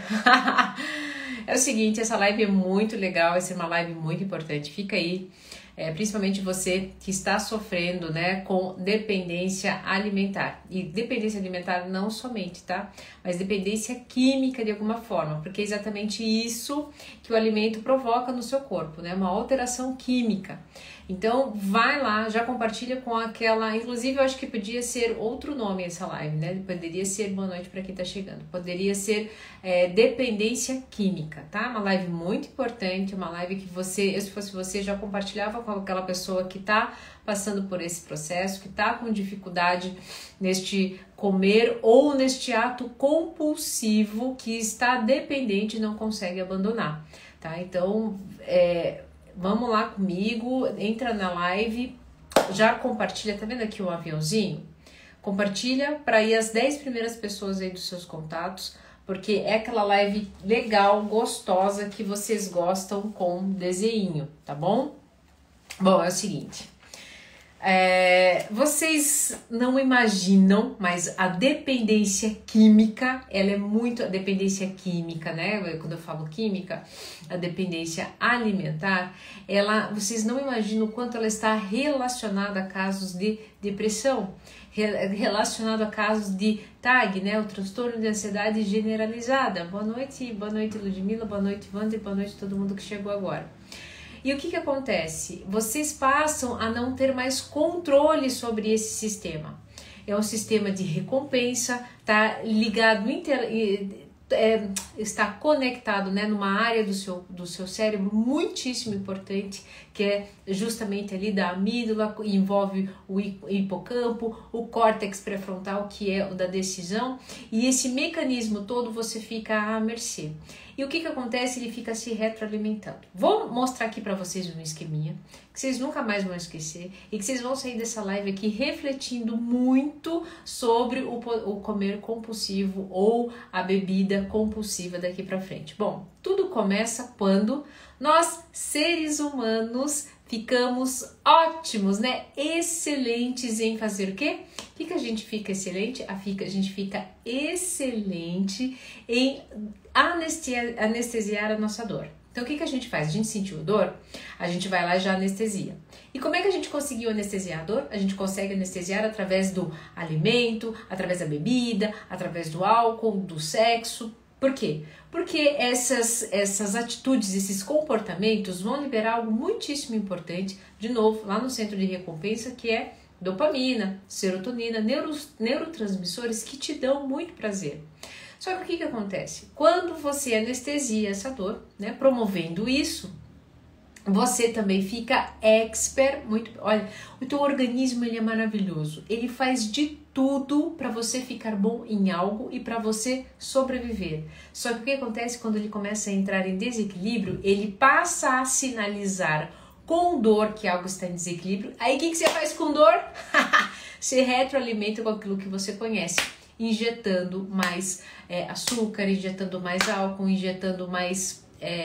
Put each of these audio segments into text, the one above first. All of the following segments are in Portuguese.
É o seguinte, essa live é muito legal, vai ser uma live muito importante. Fica aí, principalmente você que está sofrendo, né, com dependência alimentar. E dependência alimentar não somente, tá? Mas dependência química de alguma forma, porque é exatamente isso que o alimento provoca no seu corpo, né? Uma alteração química. Então, vai lá, já compartilha com aquela... Inclusive, eu acho que podia ser outro nome essa live, né? Poderia ser, boa noite para quem tá chegando. Poderia ser dependência química, tá? Uma live muito importante, uma live que você, eu, se fosse você, já compartilhava com aquela pessoa que tá passando por esse processo, que tá com dificuldade neste comer ou neste ato compulsivo que está dependente e não consegue abandonar, tá? Então, vamos lá comigo, entra na live, já compartilha, tá vendo aqui o aviãozinho? Compartilha para ir as 10 primeiras pessoas aí dos seus contatos, porque é aquela live legal, gostosa, que vocês gostam com desenho, tá bom? Bom, é o seguinte, vocês não imaginam, mas a dependência química, ela é muito, a dependência química, né? Quando eu falo química, a dependência alimentar, vocês não imaginam o quanto ela está relacionada a casos de depressão, relacionado a casos de TAG, né? O transtorno de ansiedade generalizada. Boa noite Ludmila, boa noite Wanda e boa noite todo mundo que chegou agora. E o que acontece? Vocês passam a não ter mais controle sobre esse sistema. É um sistema de recompensa, tá ligado, está conectado, né, numa área do seu cérebro muitíssimo importante, que é justamente ali da amígdala, envolve o hipocampo, o córtex pré-frontal, que é o da decisão, e esse mecanismo todo você fica à mercê. E o que acontece? Ele fica se retroalimentando. Vou mostrar aqui para vocês um esqueminha que vocês nunca mais vão esquecer e que vocês vão sair dessa live aqui refletindo muito sobre o comer compulsivo ou a bebida compulsiva daqui para frente. Bom, tudo começa quando nós, seres humanos, ficamos ótimos, né? Excelentes em fazer o quê? O que a gente fica excelente? A gente fica excelente em anestesiar a nossa dor. Então, o que a gente faz? A gente sentiu dor, a gente vai lá e já anestesia. E como é que a gente conseguiu anestesiar a dor? A gente consegue anestesiar através do alimento, através da bebida, através do álcool, do sexo. Por quê? Porque essas atitudes, esses comportamentos vão liberar algo muitíssimo importante, de novo, lá no centro de recompensa, que é dopamina, serotonina, neurotransmissores que te dão muito prazer. Só que o que acontece? Quando você anestesia essa dor, né, promovendo isso, você também fica expert, olha, o teu organismo ele é maravilhoso, ele faz de tudo para você ficar bom em algo e para você sobreviver. Só que o que acontece quando ele começa a entrar em desequilíbrio, ele passa a sinalizar com dor que algo está em desequilíbrio. Aí o que você faz com dor? Você retroalimenta com aquilo que você conhece, injetando mais açúcar, injetando mais álcool, injetando mais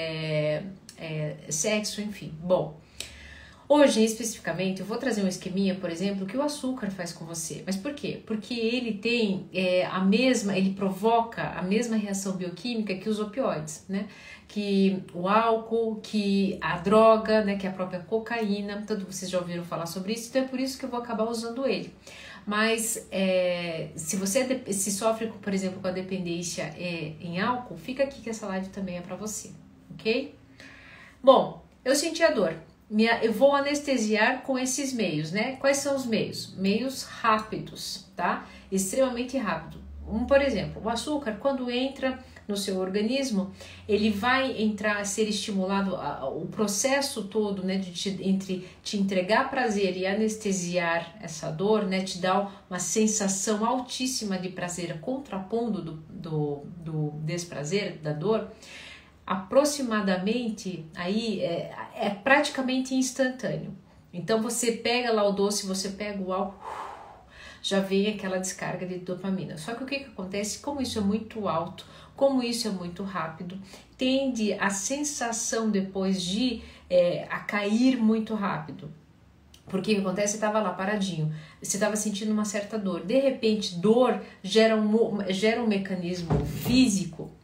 sexo, enfim. Bom, hoje especificamente eu vou trazer um esqueminha, por exemplo, que o açúcar faz com você. Mas por quê? Porque ele tem ele provoca a mesma reação bioquímica que os opioides, né? Que o álcool, que a droga, né? Que a própria cocaína, todos vocês já ouviram falar sobre isso, então é por isso que eu vou acabar usando ele. Mas se você se sofre, por exemplo, com a dependência em álcool, fica aqui que essa live também é para você, ok? Bom, eu senti a dor, eu vou anestesiar com esses meios, né? Quais são os meios? Meios rápidos, tá? Extremamente rápido. Por exemplo, o açúcar, quando entra no seu organismo, ele vai entrar, ser estimulado, o processo todo, né, de te entregar prazer e anestesiar essa dor, né, te dá uma sensação altíssima de prazer, contrapondo do desprazer, da dor, aproximadamente, aí é praticamente instantâneo. Então você pega lá o doce, você pega o álcool, já vem aquela descarga de dopamina. Só que o que acontece? Como isso é muito alto, como isso é muito rápido, tende a sensação depois de a cair muito rápido. Porque o que acontece? Você estava lá paradinho, você estava sentindo uma certa dor. De repente, dor gera um mecanismo físico,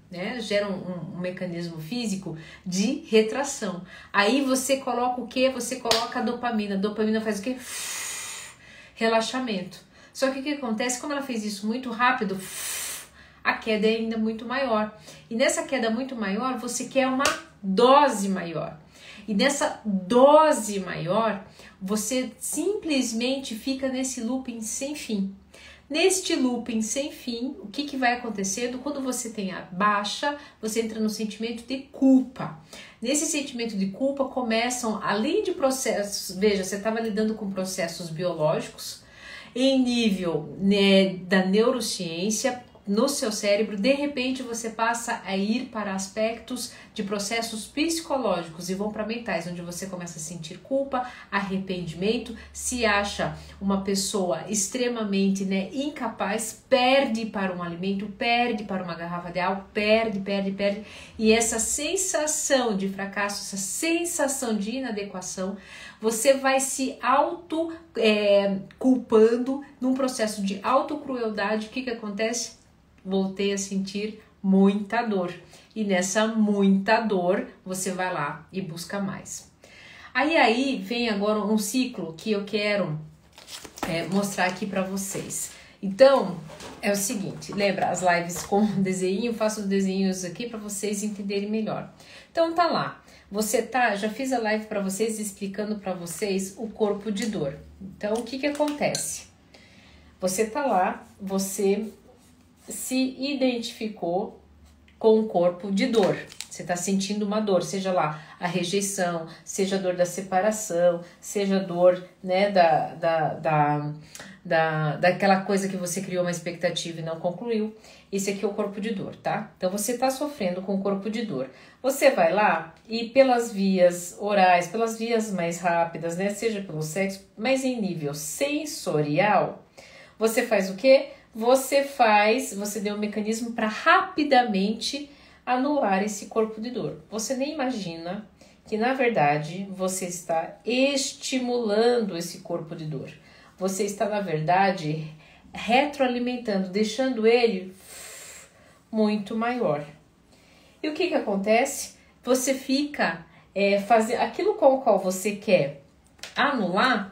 né? Gera um mecanismo físico de retração. Aí você coloca o quê? Você coloca a dopamina. A dopamina faz o quê? Relaxamento. Só que o que acontece? Como ela fez isso muito rápido, a queda é ainda muito maior. E nessa queda muito maior, você quer uma dose maior. E nessa dose maior, você simplesmente fica nesse looping sem fim. Neste looping sem fim, o que vai acontecendo? Quando você tem a baixa, você entra no sentimento de culpa. Nesse sentimento de culpa começam, além de processos, veja, você estava lidando com processos biológicos, em nível, né, da neurociência, no seu cérebro, de repente você passa a ir para aspectos de processos psicológicos e vão para mentais, onde você começa a sentir culpa, arrependimento, se acha uma pessoa extremamente, né, incapaz, perde para um alimento, perde para uma garrafa de álcool, perde, e essa sensação de fracasso, essa sensação de inadequação, você vai se culpando num processo de autocrueldade. O que acontece? Voltei a sentir muita dor. E nessa muita dor, você vai lá e busca mais. Aí vem agora um ciclo que eu quero mostrar aqui para vocês. Então, é o seguinte, lembra as lives com desenho? Eu faço os desenhos aqui para vocês entenderem melhor. Então tá lá. Já fiz a live para vocês explicando para vocês o corpo de dor. Então, o que acontece? Você tá lá, você se identificou com o corpo de dor. Você está sentindo uma dor, seja lá a rejeição, seja a dor da separação, seja a dor, né, daquela coisa que você criou uma expectativa e não concluiu. Esse aqui é o corpo de dor, tá? Então você está sofrendo com o corpo de dor. Você vai lá e pelas vias orais, pelas vias mais rápidas, né, seja pelo sexo, mas em nível sensorial, você faz o quê? Você deu um mecanismo para rapidamente anular esse corpo de dor. Você nem imagina que, na verdade, você está estimulando esse corpo de dor. Você está, na verdade, retroalimentando, deixando ele muito maior. E o que acontece? Você fica fazendo aquilo com o qual você quer anular,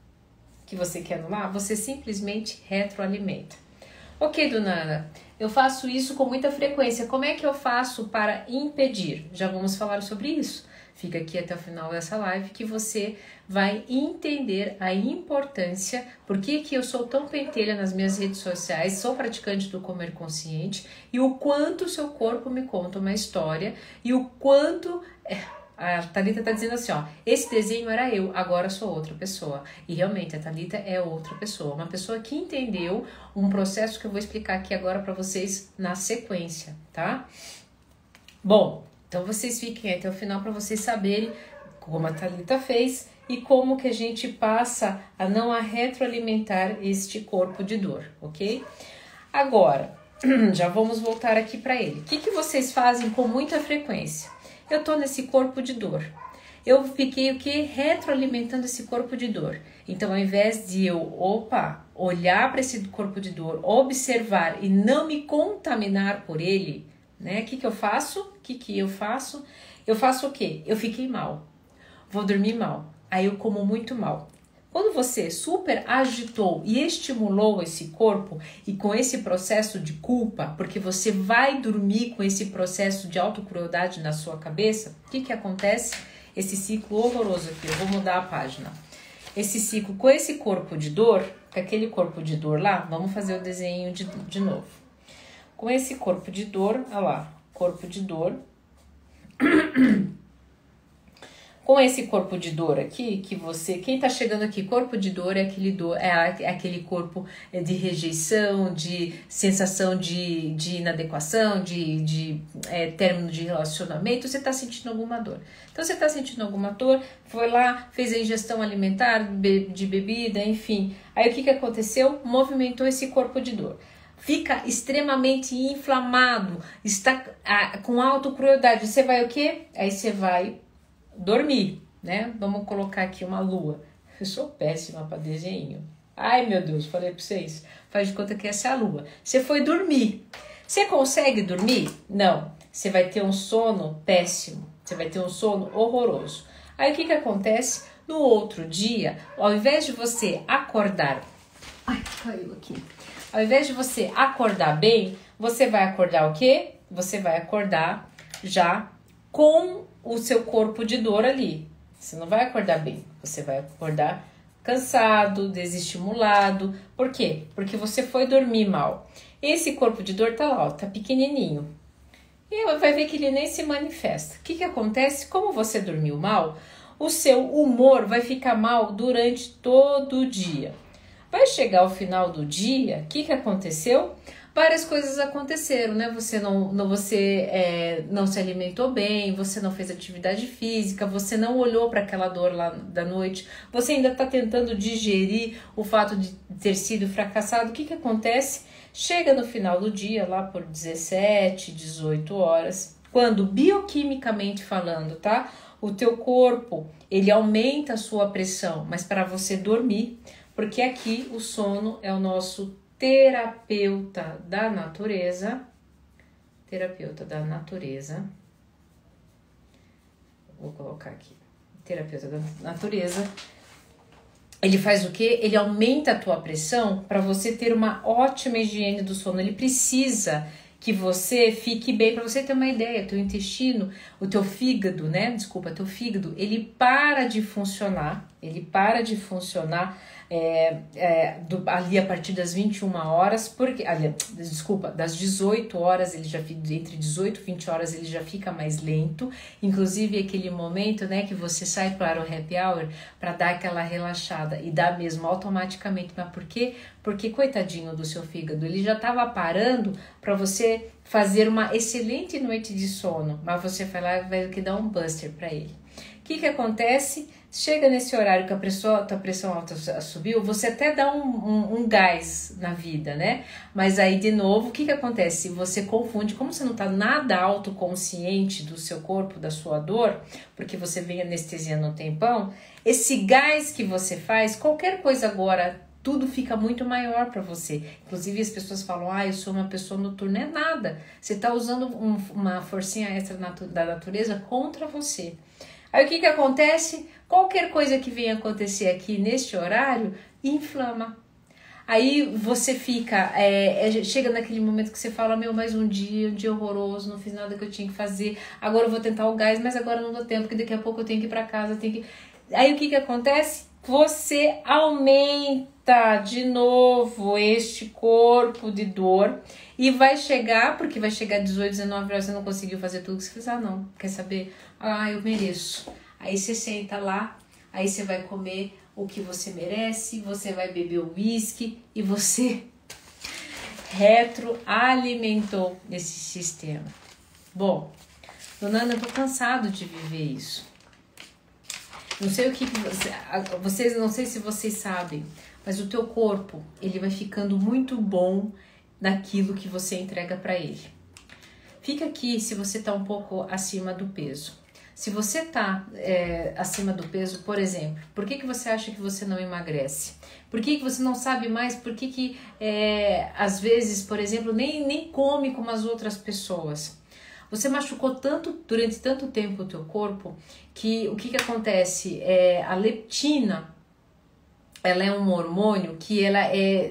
você simplesmente retroalimenta. Ok, dona Ana, eu faço isso com muita frequência. Como é que eu faço para impedir? Já vamos falar sobre isso. Fica aqui até o final dessa live que você vai entender a importância, por que eu sou tão pentelha nas minhas redes sociais, sou praticante do comer consciente e o quanto o seu corpo me conta uma história e o quanto... A Thalita tá dizendo assim, ó, esse desenho era eu, agora sou outra pessoa. E realmente a Thalita é outra pessoa, uma pessoa que entendeu um processo que eu vou explicar aqui agora para vocês na sequência, tá? Bom, então vocês fiquem até o final para vocês saberem como a Thalita fez e como que a gente passa a não retroalimentar este corpo de dor, ok? Agora, já vamos voltar aqui para ele. O que vocês fazem com muita frequência? Eu tô nesse corpo de dor. Eu fiquei retroalimentando esse corpo de dor. Então, ao invés de eu, olhar para esse corpo de dor, observar e não me contaminar por ele, né? O que eu faço? Eu faço o quê? Eu fiquei mal. Vou dormir mal. Aí eu como muito mal. Quando você super agitou e estimulou esse corpo e com esse processo de culpa, porque você vai dormir com esse processo de autocrueldade na sua cabeça, o que acontece? Esse ciclo horroroso aqui, eu vou mudar a página. Esse ciclo com esse corpo de dor, com aquele corpo de dor lá, vamos fazer o desenho de novo. Com esse corpo de dor, olha lá, corpo de dor... Com esse corpo de dor aqui, quem tá chegando aqui, corpo de dor é aquele corpo de rejeição, de sensação de inadequação, de término de relacionamento, você tá sentindo alguma dor. Então você tá sentindo alguma dor, foi lá, fez a ingestão alimentar, de bebida, enfim. Aí o que aconteceu? Movimentou esse corpo de dor. Fica extremamente inflamado, está com autocrueldade. Você vai o quê? Aí você vai dormir, né? Vamos colocar aqui uma lua. Eu sou péssima para desenho. Ai, meu Deus, falei para vocês. Faz de conta que essa é a lua. Você foi dormir. Você consegue dormir? Não. Você vai ter um sono péssimo. Você vai ter um sono horroroso. Aí o que acontece? No outro dia, ao invés de você acordar... Ai, caiu aqui. Ao invés de você acordar bem, você vai acordar o quê? Você vai acordar já com o seu corpo de dor ali. Você não vai acordar bem. Você vai acordar cansado, desestimulado. Por quê? Porque você foi dormir mal. Esse corpo de dor tá lá, ó, tá pequenininho. E vai ver que ele nem se manifesta. O que acontece? Como você dormiu mal, o seu humor vai ficar mal durante todo o dia. Vai chegar ao final do dia, o que aconteceu? Várias coisas aconteceram, né? Você não se alimentou bem, você não fez atividade física, você não olhou para aquela dor lá da noite, você ainda está tentando digerir o fato de ter sido fracassado. O que acontece? Chega no final do dia, lá por 17, 18 horas, quando bioquimicamente falando, tá? O teu corpo, ele aumenta a sua pressão, mas para você dormir, porque aqui o sono é o nosso terapeuta da natureza. Vou colocar aqui. Terapeuta da natureza. Ele faz o quê? Ele aumenta a tua pressão para você ter uma ótima higiene do sono. Ele precisa que você fique bem. Para você ter uma ideia, teu intestino, o teu fígado, né? Desculpa, teu fígado, ele para de funcionar. Ali a partir das 21 horas, das 18 horas, ele já fica entre 18 e 20 horas, ele já fica mais lento. Inclusive aquele momento, né, que você sai para o happy hour para dar aquela relaxada e dá mesmo automaticamente. Mas por quê? Porque coitadinho do seu fígado, ele já estava parando para você fazer uma excelente noite de sono, mas você vai lá e vai dar um buster para ele. O que acontece? Chega nesse horário que a tua pressão alta subiu, você até dá um gás na vida, né? Mas aí, de novo, o que acontece? Você confunde, como você não está nada autoconsciente do seu corpo, da sua dor, porque você vem anestesiando um tempão, esse gás que você faz, qualquer coisa agora, tudo fica muito maior para você. Inclusive as pessoas falam, eu sou uma pessoa noturna. É nada. Você está usando uma forcinha extra da natureza contra você. Aí o que acontece? Qualquer coisa que venha acontecer aqui neste horário, inflama. Aí você fica, chega naquele momento que você fala, mais um dia horroroso, não fiz nada que eu tinha que fazer, agora eu vou tentar o gás, mas agora não dá tempo, porque daqui a pouco eu tenho que ir para casa, Aí o que acontece? Você aumenta de novo este corpo de dor e vai chegar, porque vai chegar 18, 19 horas, você não conseguiu fazer tudo que você fez. Não, quer saber? Eu mereço. Aí você senta lá, aí você vai comer o que você merece, você vai beber o uísque e você retroalimentou esse sistema. Bom, dona Ana, eu tô cansado de viver isso. Não sei o que vocês, não sei se vocês sabem, mas o teu corpo, ele vai ficando muito bom naquilo que você entrega para ele. Fica aqui se você tá um pouco acima do peso. Se você tá acima do peso, por exemplo, por que você acha que você não emagrece? Por que você não sabe mais? Por que às vezes, por exemplo, nem come como as outras pessoas? Você machucou durante tanto tempo o teu corpo que o que acontece? A leptina, ela é um hormônio que ela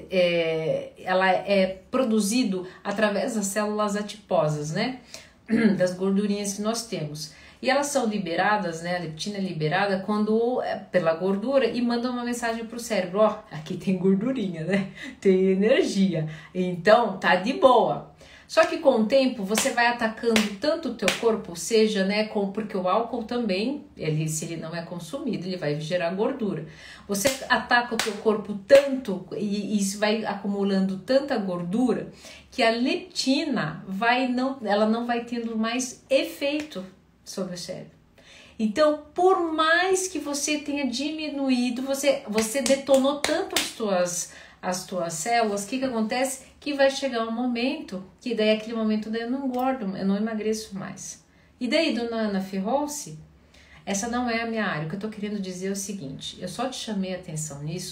é produzido através das células adiposas, né? Das gordurinhas que nós temos. E elas são liberadas, né? A leptina é liberada pela gordura e manda uma mensagem para o cérebro. Aqui tem gordurinha, né? Tem energia. Então, tá de boa. Só que com o tempo você vai atacando tanto o teu corpo, seja, né, porque o álcool também, se ele não é consumido, ele vai gerar gordura. Você ataca o teu corpo tanto e isso vai acumulando tanta gordura que a leptina ela não vai tendo mais efeito sobre o cérebro. Então, por mais que você tenha diminuído, você detonou tanto as tuas células, o que acontece? Que vai chegar um momento, que daí aquele momento daí eu não engordo, eu não emagreço mais. E daí, dona Ana, ferrou-se? Essa não é a minha área. O que eu tô querendo dizer é o seguinte, eu só te chamei a atenção nisso,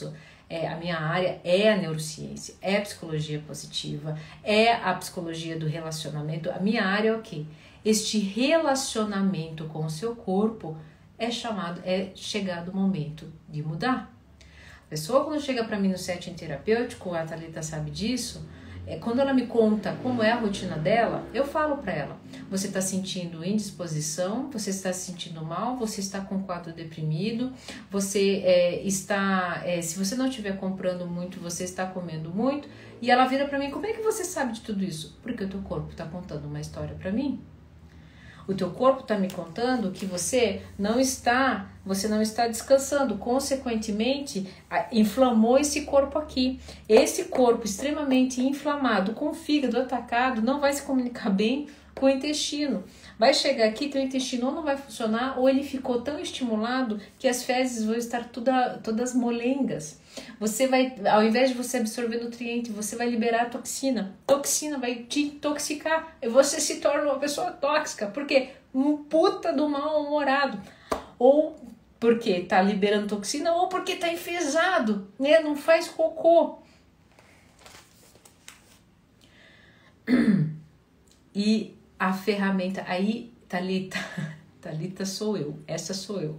a minha área é a neurociência, é a psicologia positiva, é a psicologia do relacionamento. A minha área é o quê? Este relacionamento com o seu corpo é chegado o momento de mudar. A pessoa, quando chega para mim no setting terapêutico, a Thalita sabe disso, quando ela me conta como é a rotina dela, eu falo para ela: você está sentindo indisposição, você está se sentindo mal, você está com um quadro deprimido, você se você não estiver comprando muito, você está comendo muito. E ela vira para mim: como é que você sabe de tudo isso? Porque o teu corpo está contando uma história para mim. O teu corpo está me contando que você não está descansando. Consequentemente, inflamou esse corpo aqui. Esse corpo extremamente inflamado, com o fígado atacado, não vai se comunicar bem com o intestino. Vai chegar aqui, teu intestino ou não vai funcionar, ou ele ficou tão estimulado que as fezes vão estar todas molengas. Você vai, ao invés de você absorver nutriente, você vai liberar toxina. Toxina vai te intoxicar e você se torna uma pessoa tóxica. Por quê? Um puta do mal-humorado. Ou porque tá liberando toxina, ou porque tá enfesado, né? Não faz cocô. E a ferramenta aí, Thalita sou eu, essa sou eu.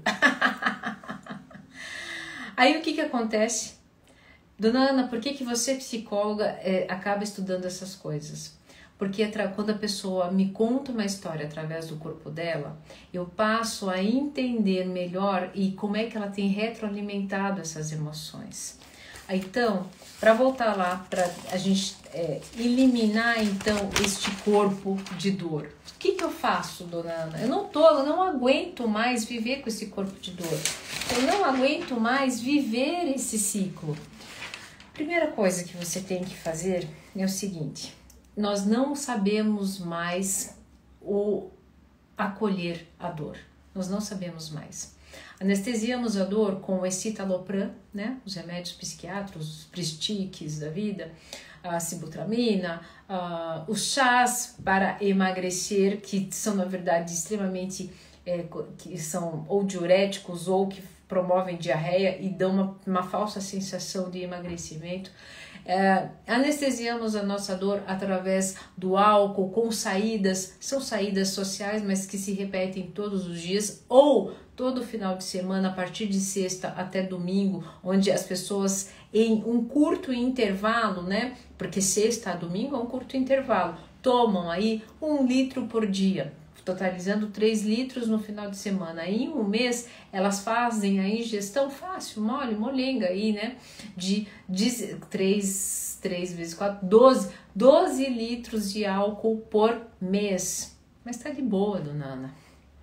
Aí o que acontece? Dona Ana, por que você, psicóloga, acaba estudando essas coisas? Porque quando a pessoa me conta uma história através do corpo dela, eu passo a entender melhor e como é que ela tem retroalimentado essas emoções. Então, para voltar lá, para a gente eliminar então este corpo de dor, o que eu faço, dona Ana? Eu não aguento mais viver com esse corpo de dor. Eu não aguento mais viver esse ciclo. Primeira coisa que você tem que fazer é o seguinte: nós não sabemos mais acolher a dor. Nós não sabemos mais. Anestesiamos a dor com o escitalopram, né? Os remédios psiquiátricos, os pristiques da vida, a sibutramina, os chás para emagrecer, que são na verdade extremamente, que são ou diuréticos ou que promovem diarreia e dão uma falsa sensação de emagrecimento. Anestesiamos a nossa dor através do álcool, com saídas, são saídas sociais, mas que se repetem todos os dias, ou todo final de semana, a partir de sexta até domingo, onde as pessoas em um curto intervalo, né? Porque sexta a domingo é um curto intervalo, tomam aí 1 litro por dia, totalizando 3 litros no final de semana. Aí, em um mês, elas fazem a ingestão fácil, molenga aí, né? De 3 vezes 4, 12 litros de álcool por mês. Mas tá de boa, dona Ana.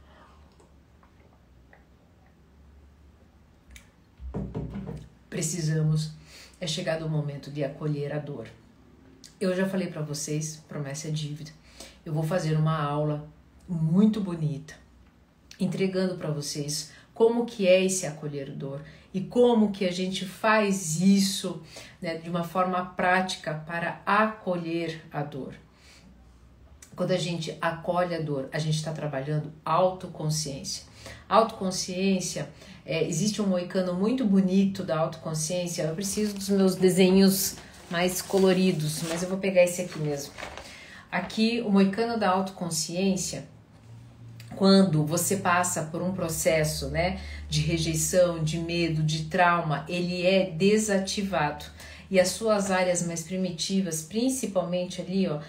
Precisamos, é chegado o momento de acolher a dor. Eu já falei para vocês, promessa é dívida. Eu vou fazer uma aula muito bonita, entregando para vocês como que é esse acolher dor e como que a gente faz isso, né, de uma forma prática para acolher a dor. Quando a gente acolhe a dor, a gente está trabalhando autoconsciência. Autoconsciência, existe um moicano muito bonito da autoconsciência. Eu preciso dos meus desenhos mais coloridos, mas eu vou pegar esse aqui mesmo. Aqui, o moicano da autoconsciência, quando você passa por um processo, né, de rejeição, de medo, de trauma, ele é desativado. E as suas áreas mais primitivas, principalmente ali, ó,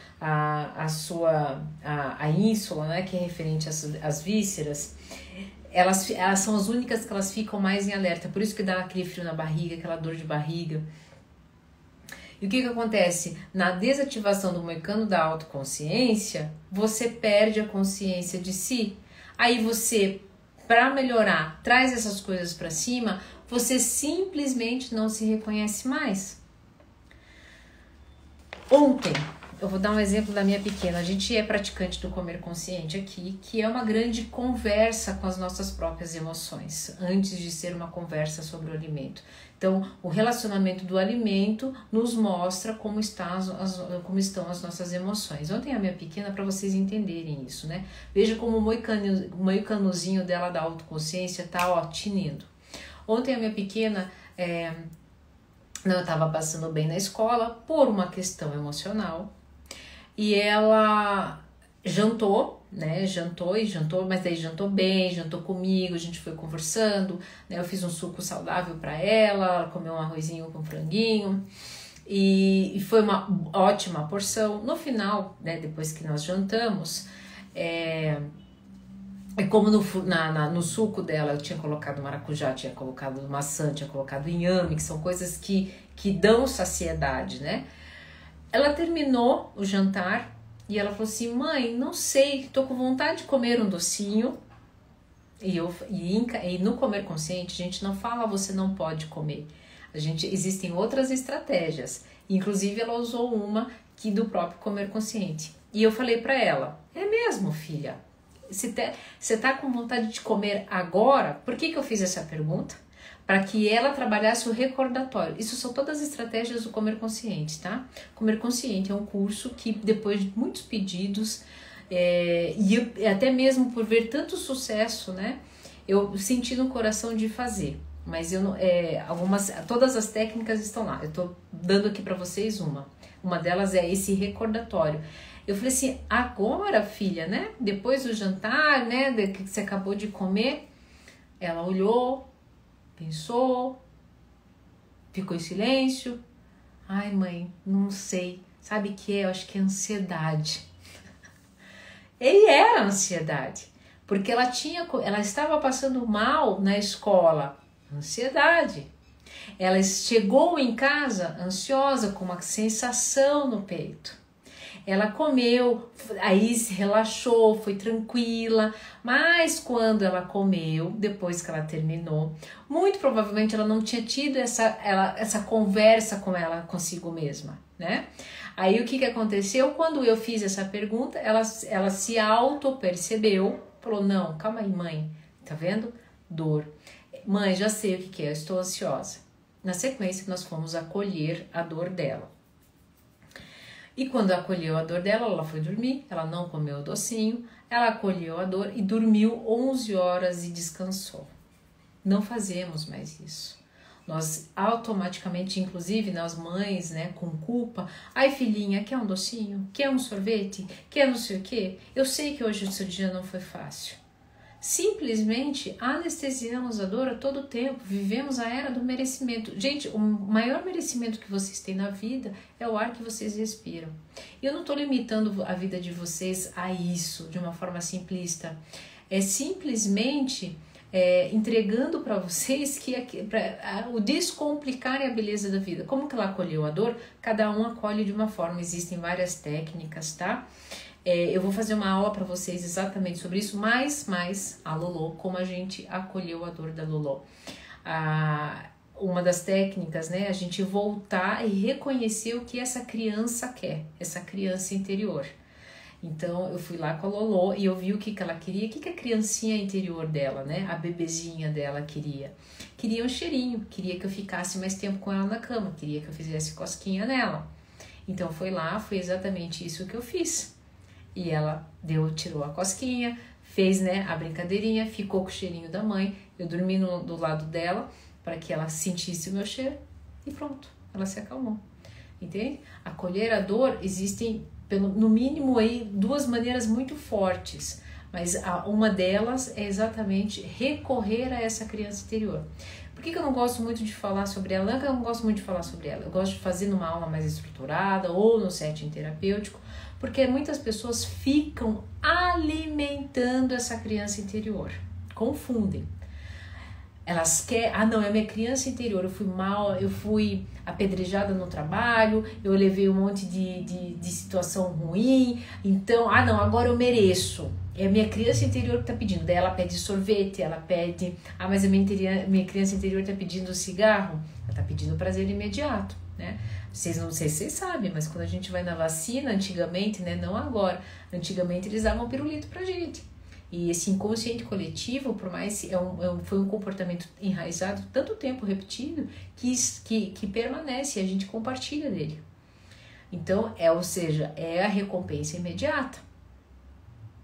a ínsula, né, que é referente às vísceras, elas são as únicas que elas ficam mais em alerta. Por isso que dá aquele frio na barriga, aquela dor de barriga. E o que acontece? Na desativação do moicano da autoconsciência, você perde a consciência de si. Aí você, para melhorar, traz essas coisas para cima, você simplesmente não se reconhece mais. Ontem, eu vou dar um exemplo da minha pequena. A gente é praticante do comer consciente aqui, que é uma grande conversa com as nossas próprias emoções, antes de ser uma conversa sobre o alimento. Então, o relacionamento do alimento nos mostra como estão as nossas emoções. Ontem a minha pequena, para vocês entenderem isso, né? Veja como o moicanozinho dela da autoconsciência tá, ó, tinindo. Ontem a minha pequena, não estava passando bem na escola por uma questão emocional. E ela jantou, né? Jantou, mas daí jantou bem, jantou comigo, a gente foi conversando, né? Eu fiz um suco saudável para ela comeu um arrozinho com franguinho. E foi uma ótima porção. No final, né, depois que nós jantamos, como no suco dela eu tinha colocado maracujá, tinha colocado maçã, tinha colocado inhame, que são coisas que dão saciedade, né? Ela terminou o jantar e ela falou assim: mãe, não sei, tô com vontade de comer um docinho. E no Comer Consciente, a gente não fala você não pode comer. Existem outras estratégias. Inclusive, ela usou uma do próprio Comer Consciente. E eu falei para ela: é mesmo, filha? Você tá com vontade de comer agora? Por que eu fiz essa pergunta? Para que ela trabalhasse o recordatório. Isso são todas as estratégias do Comer Consciente, tá? Comer Consciente é um curso que, depois de muitos pedidos, e até mesmo por ver tanto sucesso, né? Eu senti no coração de fazer. Mas eu não, todas as técnicas estão lá. Eu tô dando aqui para vocês uma. Uma delas é esse recordatório. Eu falei assim: agora, filha, né? Depois do jantar, né? Que você acabou de comer. Ela olhou, pensou, ficou em silêncio. Ai, mãe, não sei. Sabe o que é? Eu acho que é ansiedade. E era ansiedade. Porque ela estava passando mal na escola. Ansiedade. Ela chegou em casa ansiosa, com uma sensação no peito. Ela comeu, aí se relaxou, foi tranquila, mas quando ela comeu, depois que ela terminou, muito provavelmente ela não tinha tido essa conversa com ela consigo mesma, né? Aí o que aconteceu? Quando eu fiz essa pergunta, ela se auto-percebeu, falou: não, calma aí, mãe, tá vendo? Dor. Mãe, já sei o que é, eu estou ansiosa. Na sequência, nós fomos acolher a dor dela. E quando acolheu a dor dela, ela foi dormir, ela não comeu o docinho, ela acolheu a dor e dormiu 11 horas e descansou. Não fazemos mais isso. Nós automaticamente, inclusive nós mães, né, com culpa: ai filhinha, quer um docinho? Quer um sorvete? Quer não sei o quê? Eu sei que hoje o seu dia não foi fácil. Simplesmente anestesiamos a dor a todo tempo, vivemos a era do merecimento. Gente, o maior merecimento que vocês têm na vida é o ar que vocês respiram. E eu não estou limitando a vida de vocês a isso, de uma forma simplista. É simplesmente entregando para vocês o descomplicar e a beleza da vida. Como que ela acolheu a dor? Cada um acolhe de uma forma, existem várias técnicas, tá? Eu vou fazer uma aula para vocês exatamente sobre isso, mais a Lolo, como a gente acolheu a dor da Lolo. Uma das técnicas, né, a gente voltar e reconhecer o que essa criança quer, essa criança interior. Então eu fui lá com a Lolo e eu vi o que ela queria, o que a criancinha interior dela, né, a bebezinha dela queria. Queria um cheirinho, queria que eu ficasse mais tempo com ela na cama, queria que eu fizesse cosquinha nela. Então foi exatamente isso que eu fiz. E ela tirou a cosquinha, fez, né, a brincadeirinha, ficou com o cheirinho da mãe. Eu dormi do lado dela para que ela sentisse o meu cheiro e pronto, ela se acalmou. Entende? Acolher a dor, existem no mínimo aí 2 maneiras muito fortes, mas uma delas é exatamente recorrer a essa criança interior. Por que eu não gosto muito de falar sobre ela? Não é que eu não gosto muito de falar sobre ela, eu gosto de fazer numa aula mais estruturada ou no setting terapêutico, porque muitas pessoas ficam alimentando essa criança interior, confundem. Elas querem, não, é minha criança interior, eu fui mal, eu fui apedrejada no trabalho, eu levei um monte de situação ruim, então, não, agora eu mereço. É a minha criança interior que tá pedindo. Daí ela pede sorvete, ela pede, mas a minha criança interior tá pedindo cigarro, ela tá pedindo prazer imediato, né? Não sei se vocês sabem, mas quando a gente vai na vacina, antigamente, né, não agora, antigamente eles davam pirulito pra gente. E esse inconsciente coletivo, por mais foi um comportamento enraizado, tanto tempo repetido, que permanece e a gente compartilha dele. Então, ou seja, é a recompensa imediata.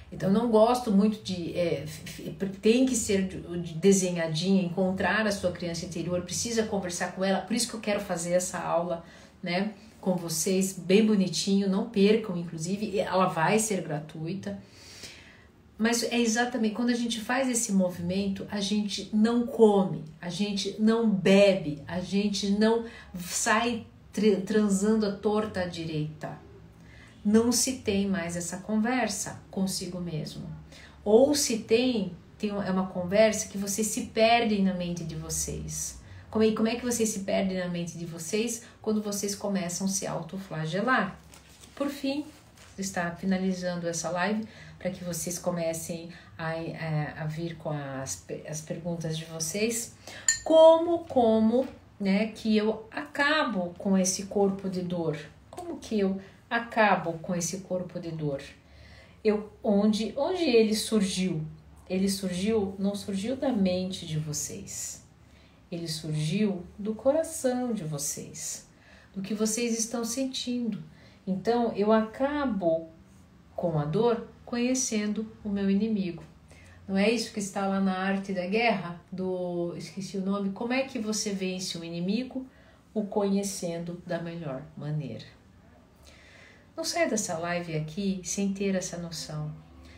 Então, eu não gosto muito de... tem que ser desenhadinha, encontrar a sua criança interior, precisa conversar com ela. Por isso que eu quero fazer essa aula, né, com vocês, bem bonitinho. Não percam, inclusive, ela vai ser gratuita. Mas é exatamente, quando a gente faz esse movimento, a gente não come, a gente não bebe, a gente não sai transando a torta à direita. Não se tem mais essa conversa consigo mesmo. Ou se tem é uma conversa que vocês se perdem na mente de vocês. Como é que vocês se perdem na mente de vocês? Quando vocês começam a se autoflagelar. Por fim, está finalizando essa live, para que vocês comecem a vir com as perguntas de vocês. Como, né, que eu acabo com esse corpo de dor? Como que eu acabo com esse corpo de dor? Onde ele surgiu? Ele não surgiu da mente de vocês. Ele surgiu do coração de vocês, do que vocês estão sentindo. Então, eu acabo com a dor conhecendo o meu inimigo. Não é isso que está lá na Arte da Guerra? Esqueci o nome. Como é que você vence o inimigo? O conhecendo da melhor maneira. Não saia dessa live aqui sem ter essa noção.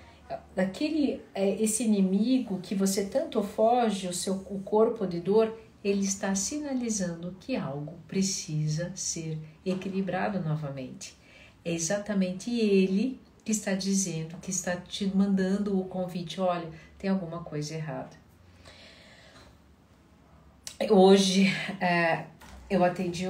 Esse inimigo que você tanto foge, o corpo de dor, ele está sinalizando que algo precisa ser equilibrado novamente. É exatamente ele que está dizendo, que está te mandando o convite, olha, tem alguma coisa errada. Hoje eu atendi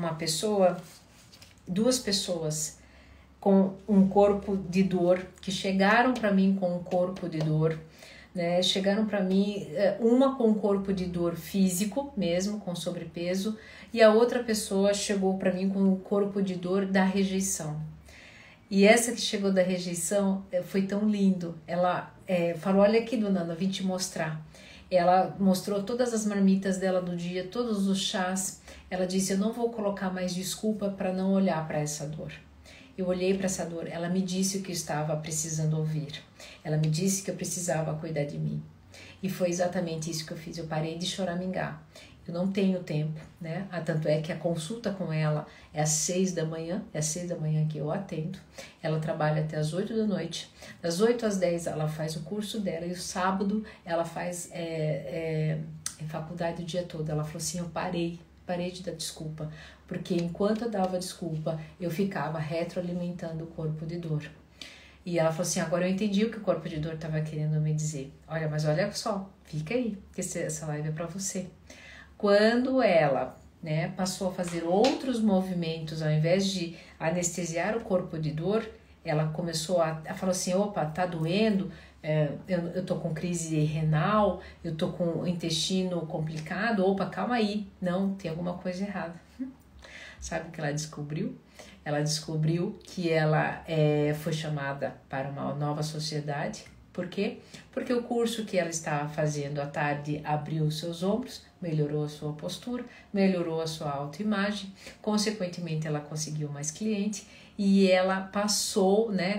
duas pessoas com um corpo de dor, que chegaram para mim com um corpo de dor, né? Chegaram para mim, uma com um corpo de dor físico mesmo, com sobrepeso, e a outra pessoa chegou para mim com um corpo de dor da rejeição. E essa que chegou da rejeição foi tão lindo. Ela falou, olha aqui, dona Ana, vim te mostrar. Ela mostrou todas as marmitas dela do dia, todos os chás. Ela disse, eu não vou colocar mais desculpa para não olhar para essa dor. Eu olhei para essa dor, ela me disse o que eu estava precisando ouvir. Ela me disse que eu precisava cuidar de mim. E foi exatamente isso que eu fiz. Eu parei de choramingar. Eu não tenho tempo, né? Tanto é que a consulta com ela é às 6 da manhã, é às 6 da manhã que eu atendo. Ela trabalha até às 8 da noite. Das 8 às 10 ela faz o curso dela e o sábado ela faz faculdade o dia todo. Ela falou assim, eu parei de dar desculpa, porque enquanto eu dava desculpa, eu ficava retroalimentando o corpo de dor. E ela falou assim, agora eu entendi o que o corpo de dor estava querendo me dizer. Olha, mas olha só, fica aí, que essa live é para você. Quando ela, né, passou a fazer outros movimentos, ao invés de anestesiar o corpo de dor, ela começou a falar assim, opa, tá doendo, eu tô com crise renal, eu tô com o intestino complicado, opa, calma aí, não, tem alguma coisa errada. Sabe o que ela descobriu? Ela descobriu que ela foi chamada para uma nova sociedade. Por quê? Porque o curso que ela estava fazendo à tarde abriu os seus ombros, melhorou a sua postura, melhorou a sua autoimagem, consequentemente ela conseguiu mais cliente e ela passou, né?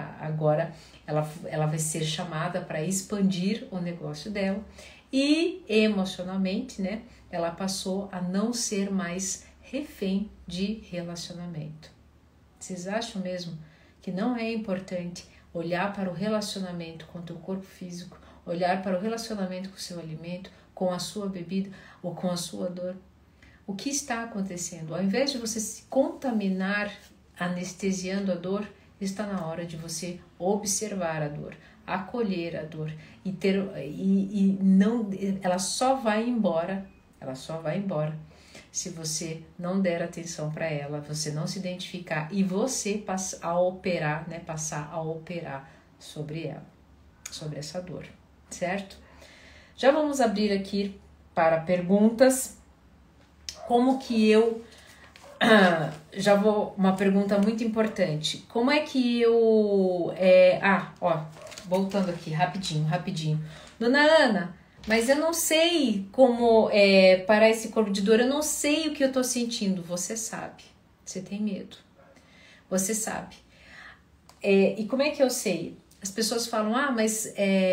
Ela vai ser chamada para expandir o negócio dela e emocionalmente, né? Ela passou a não ser mais refém de relacionamento. Vocês acham mesmo que não é importante olhar para o relacionamento com o teu corpo físico, olhar para o relacionamento com o seu alimento, com a sua bebida ou com a sua dor? O que está acontecendo? Ao invés de você se contaminar anestesiando a dor, está na hora de você observar a dor, acolher a dor ela só vai embora se você não der atenção para ela, você não se identificar e você passar a operar sobre ela, sobre essa dor, certo? Já vamos abrir aqui para perguntas. Como que eu... uma pergunta muito importante. Como é que eu... voltando aqui, rapidinho. Dona Ana, mas eu não sei como parar esse corpo de dor, eu não sei o que eu tô sentindo. Você sabe, você tem medo, você sabe. E como é que eu sei? as pessoas falam, mas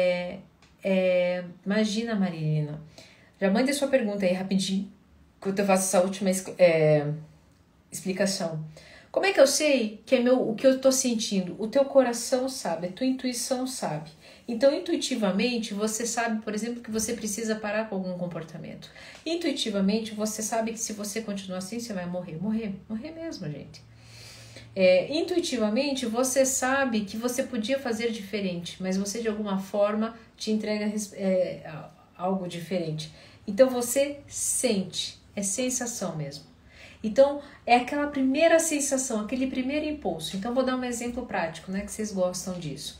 imagina, Marilena, já manda sua pergunta aí rapidinho, enquanto eu faço essa última explicação. Como é que eu sei que é o que eu tô sentindo? O teu coração sabe, a tua intuição sabe. Então, intuitivamente, você sabe, por exemplo, que você precisa parar com algum comportamento. Intuitivamente, você sabe que se você continuar assim, você vai morrer. Morrer mesmo, gente. Intuitivamente, você sabe que você podia fazer diferente, mas você, de alguma forma, te entrega algo diferente. Então, você sente, é sensação mesmo. Então, é aquela primeira sensação, aquele primeiro impulso. Então, vou dar um exemplo prático, né, que vocês gostam disso.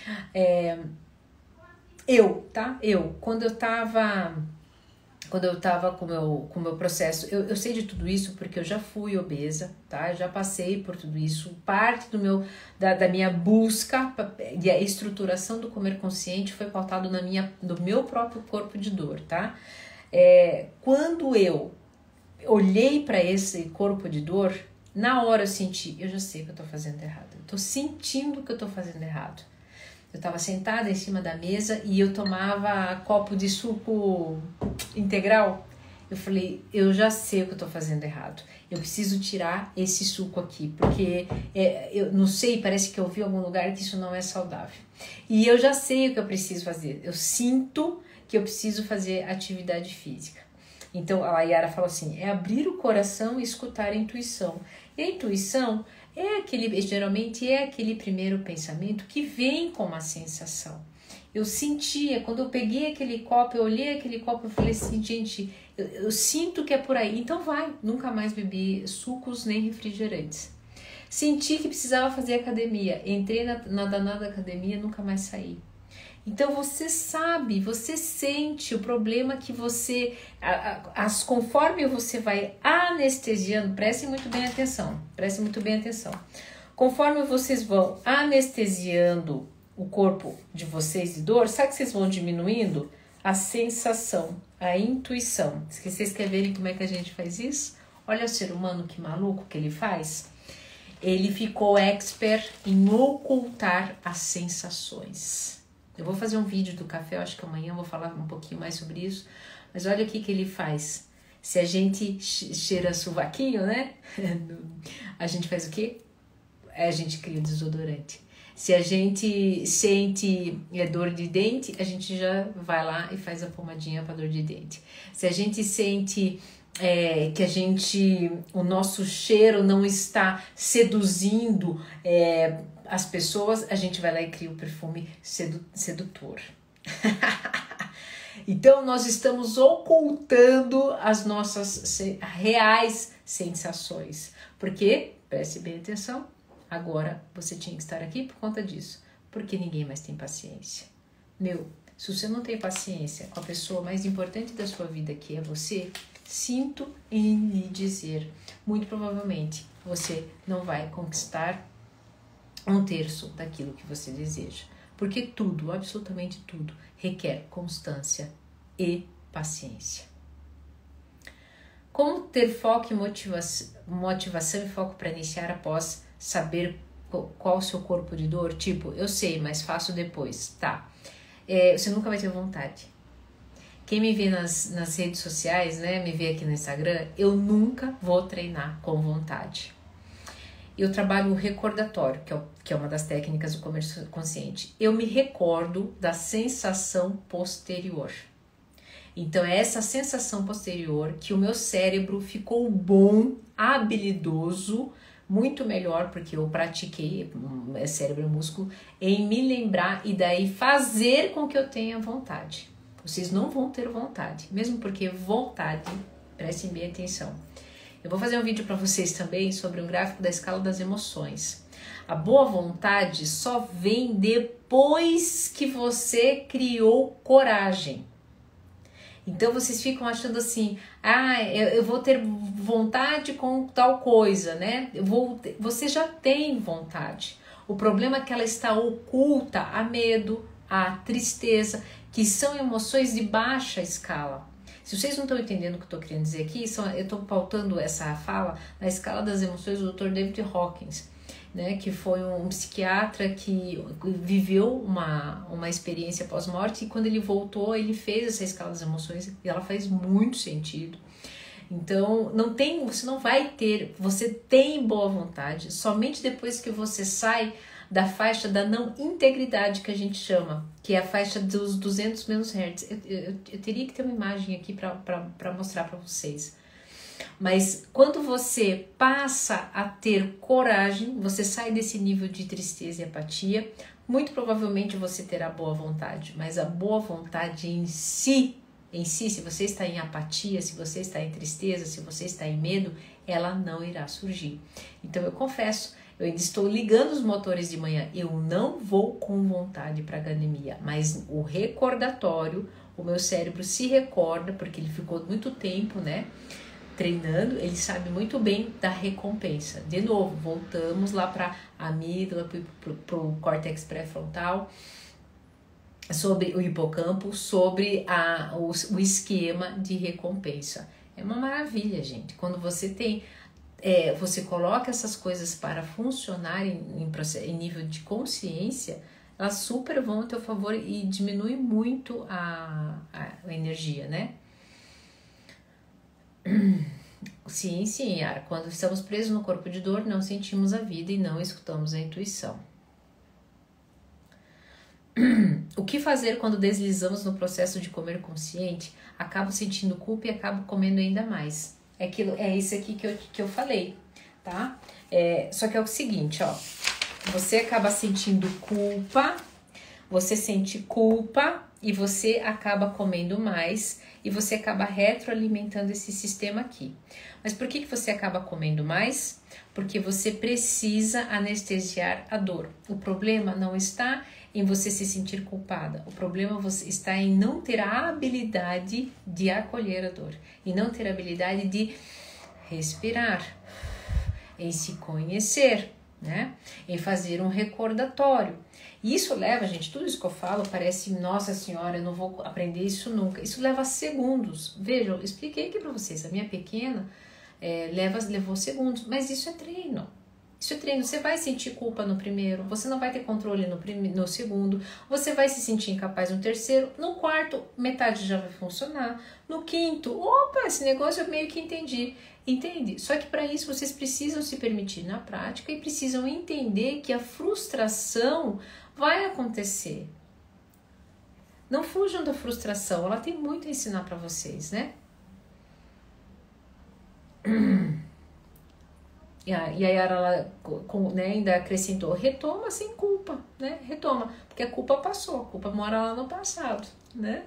Quando eu tava com o meu processo, eu sei de tudo isso porque eu já fui obesa, tá? Eu já passei por tudo isso. Parte da minha busca e a estruturação do comer consciente foi pautado no meu próprio corpo de dor, tá? Quando eu olhei para esse corpo de dor, na hora eu senti, eu já sei que eu tô fazendo errado. Eu tô sentindo que eu tô fazendo errado. Eu estava sentada em cima da mesa e eu tomava copo de suco integral. Eu falei, eu já sei o que eu estou fazendo errado. Eu preciso tirar esse suco aqui, porque eu não sei, parece que eu vi em algum lugar que isso não é saudável. E eu já sei o que eu preciso fazer. Eu sinto que eu preciso fazer atividade física. Então a Yara falou assim, é abrir o coração e escutar a intuição. E a intuição geralmente é aquele primeiro pensamento que vem com uma sensação. Eu sentia, quando eu peguei aquele copo, eu olhei aquele copo, eu falei assim, gente, eu sinto que é por aí. Então nunca mais bebi sucos nem refrigerantes. Senti que precisava fazer academia, entrei na danada academia, nunca mais saí. Então você sabe, você sente o problema que você, conforme você vai anestesiando, prestem muito bem atenção, conforme vocês vão anestesiando o corpo de vocês de dor, sabe que vocês vão diminuindo? A sensação, a intuição. Se vocês querem verem como é que a gente faz isso? Olha o ser humano que maluco que ele faz. Ele ficou expert em ocultar as sensações. Eu vou fazer um vídeo do café, eu acho que amanhã eu vou falar um pouquinho mais sobre isso. Mas olha o que ele faz. Se a gente cheira sovaquinho, né? A gente faz o quê? A gente cria desodorante. Se a gente sente dor de dente, a gente já vai lá e faz a pomadinha para dor de dente. Se a gente sente que o nosso cheiro não está seduzindo as pessoas, a gente vai lá e cria o perfume sedutor. Então nós estamos ocultando as nossas reais sensações. Porque, preste bem atenção, agora você tinha que estar aqui por conta disso. Porque ninguém mais tem paciência. Se você não tem paciência com a pessoa mais importante da sua vida, que é você, sinto em lhe dizer, muito provavelmente você não vai conquistar 1/3 daquilo que você deseja. Porque tudo, absolutamente tudo, requer constância e paciência. Como ter foco e motivação e foco para iniciar após saber qual o seu corpo de dor? Tipo, eu sei, mas faço depois. Tá. Você nunca vai ter vontade. Quem me vê nas redes sociais, né, me vê aqui no Instagram, eu nunca vou treinar com vontade. Eu trabalho o recordatório, que é uma das técnicas do comer consciente. Eu me recordo da sensação posterior. Então, é essa sensação posterior que o meu cérebro ficou bom, habilidoso, muito melhor, porque eu pratiquei, cérebro e músculo, em me lembrar e daí fazer com que eu tenha vontade. Vocês não vão ter vontade, mesmo porque vontade, prestem bem atenção. Eu vou fazer um vídeo para vocês também sobre um gráfico da escala das emoções. A boa vontade só vem depois que você criou coragem. Então vocês ficam achando assim, eu vou ter vontade com tal coisa, né? Você já tem vontade. O problema é que ela está oculta a medo, a tristeza, que são emoções de baixa escala. Se vocês não estão entendendo o que eu estou querendo dizer aqui, eu estou pautando essa fala na escala das emoções do Dr. David Hawkins. né, que foi um psiquiatra que viveu uma experiência pós-morte, e quando ele voltou, ele fez essa escala das emoções e ela faz muito sentido. Então, você não vai ter, você tem boa vontade somente depois que você sai da faixa da não integridade, que a gente chama, que é a faixa dos 200 menos hertz. Eu teria que ter uma imagem aqui para mostrar para vocês. Mas quando você passa a ter coragem, você sai desse nível de tristeza e apatia, muito provavelmente você terá boa vontade, mas a boa vontade em si, se você está em apatia, se você está em tristeza, se você está em medo, ela não irá surgir. Então eu confesso, eu ainda estou ligando os motores de manhã, eu não vou com vontade para a academia, mas o recordatório, o meu cérebro se recorda, porque ele ficou muito tempo, né, treinando, ele sabe muito bem da recompensa. De novo, voltamos lá para a amígdala, para o córtex pré-frontal, sobre o hipocampo, sobre o esquema de recompensa. É uma maravilha, gente. Quando você tem, você coloca essas coisas para funcionar em nível de consciência, elas super vão a teu favor e diminui muito a energia, né? Sim, Yara. Quando estamos presos no corpo de dor, não sentimos a vida e não escutamos a intuição. O que fazer quando deslizamos no processo de comer consciente? Acabo sentindo culpa e acabo comendo ainda mais. É isso aqui que eu falei, tá? Só que é o seguinte, ó. Você acaba sentindo culpa, você sente culpa e você acaba comendo mais e você acaba retroalimentando esse sistema aqui. Mas por que você acaba comendo mais? Porque você precisa anestesiar a dor. O problema não está em você se sentir culpada. O problema está em não ter a habilidade de acolher a dor. E não ter a habilidade de respirar. Em se conhecer, né? Em fazer um recordatório. E isso leva, gente, tudo isso que eu falo parece, nossa senhora, eu não vou aprender isso nunca. Isso leva segundos. Vejam, eu expliquei aqui para vocês. A minha pequena levou segundos, mas isso é treino. Isso é treino. Você vai sentir culpa no primeiro, você não vai ter controle no segundo, você vai se sentir incapaz no terceiro, no quarto, metade já vai funcionar, no quinto, opa, esse negócio eu meio que entendi. Entende? Só que para isso vocês precisam se permitir na prática e precisam entender que a frustração vai acontecer. Não fujam da frustração, ela tem muito a ensinar para vocês, né? E a Yara ainda acrescentou, retoma sem culpa, né? Retoma, porque a culpa passou, a culpa mora lá no passado, né?